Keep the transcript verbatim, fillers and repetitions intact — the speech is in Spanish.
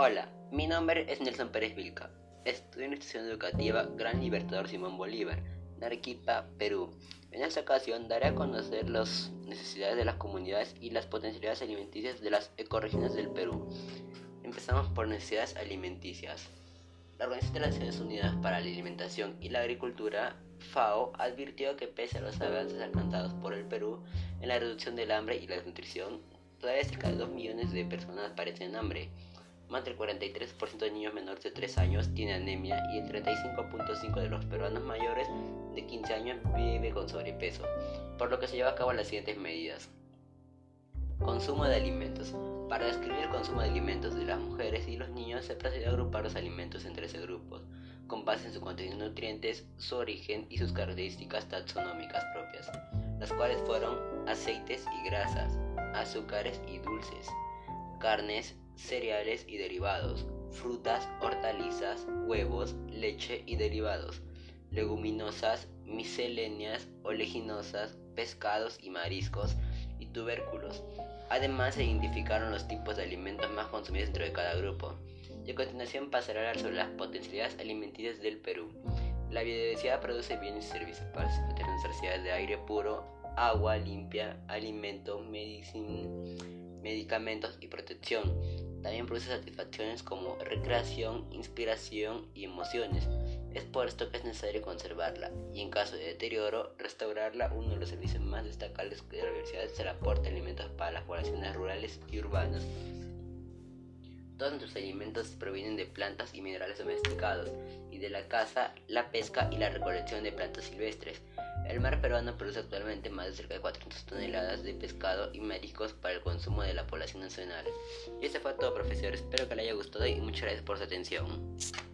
Hola, mi nombre es Nelson Pérez Vilca. Estudio en la institución educativa Gran Libertador Simón Bolívar, de Arequipa, Perú. En esta ocasión daré a conocer las necesidades de las comunidades y las potencialidades alimenticias de las ecorregiones del Perú. Empezamos por necesidades alimenticias. La Organización de las Naciones Unidas para la Alimentación y la Agricultura, FAO, advirtió que pese a los avances alcanzados por el Perú en la reducción del hambre y la desnutrición, todavía cerca de dos millones de personas padecen hambre. Más del cuarenta y tres por ciento de niños menores de tres años tiene anemia y el treinta y cinco punto cinco por ciento de los peruanos mayores de quince años vive con sobrepeso, por lo que se lleva a cabo las siguientes medidas. Consumo de alimentos. Para describir el consumo de alimentos de las mujeres y los niños se procede a agrupar los alimentos en trece grupos, con base en su contenido de nutrientes, su origen y sus características taxonómicas propias, las cuales fueron aceites y grasas, azúcares y dulces, carnes, cereales y derivados, frutas, hortalizas, huevos, leche y derivados, leguminosas, misceláneas, oleaginosas, pescados y mariscos y tubérculos. Además se identificaron los tipos de alimentos más consumidos dentro de cada grupo. Y a continuación pasaré a hablar sobre las potencialidades alimenticias del Perú. La biodiversidad produce bienes y servicios para satisfacer las necesidades de aire puro, agua limpia, alimento, medicina, medicamentos y protección. También produce satisfacciones como recreación, inspiración y emociones. Es por esto que es necesario conservarla y, en caso de deterioro, restaurarla. Uno de los servicios más destacables de la biodiversidad es el aporte de alimentos para las poblaciones rurales y urbanas. Todos nuestros alimentos provienen de plantas y minerales domesticados, y de la caza, la pesca y la recolección de plantas silvestres. El mar peruano produce actualmente más de cerca de cuatrocientas toneladas de pescado y mariscos para el consumo de la población nacional. Y eso fue todo, profesor. Espero que les haya gustado y muchas gracias por su atención.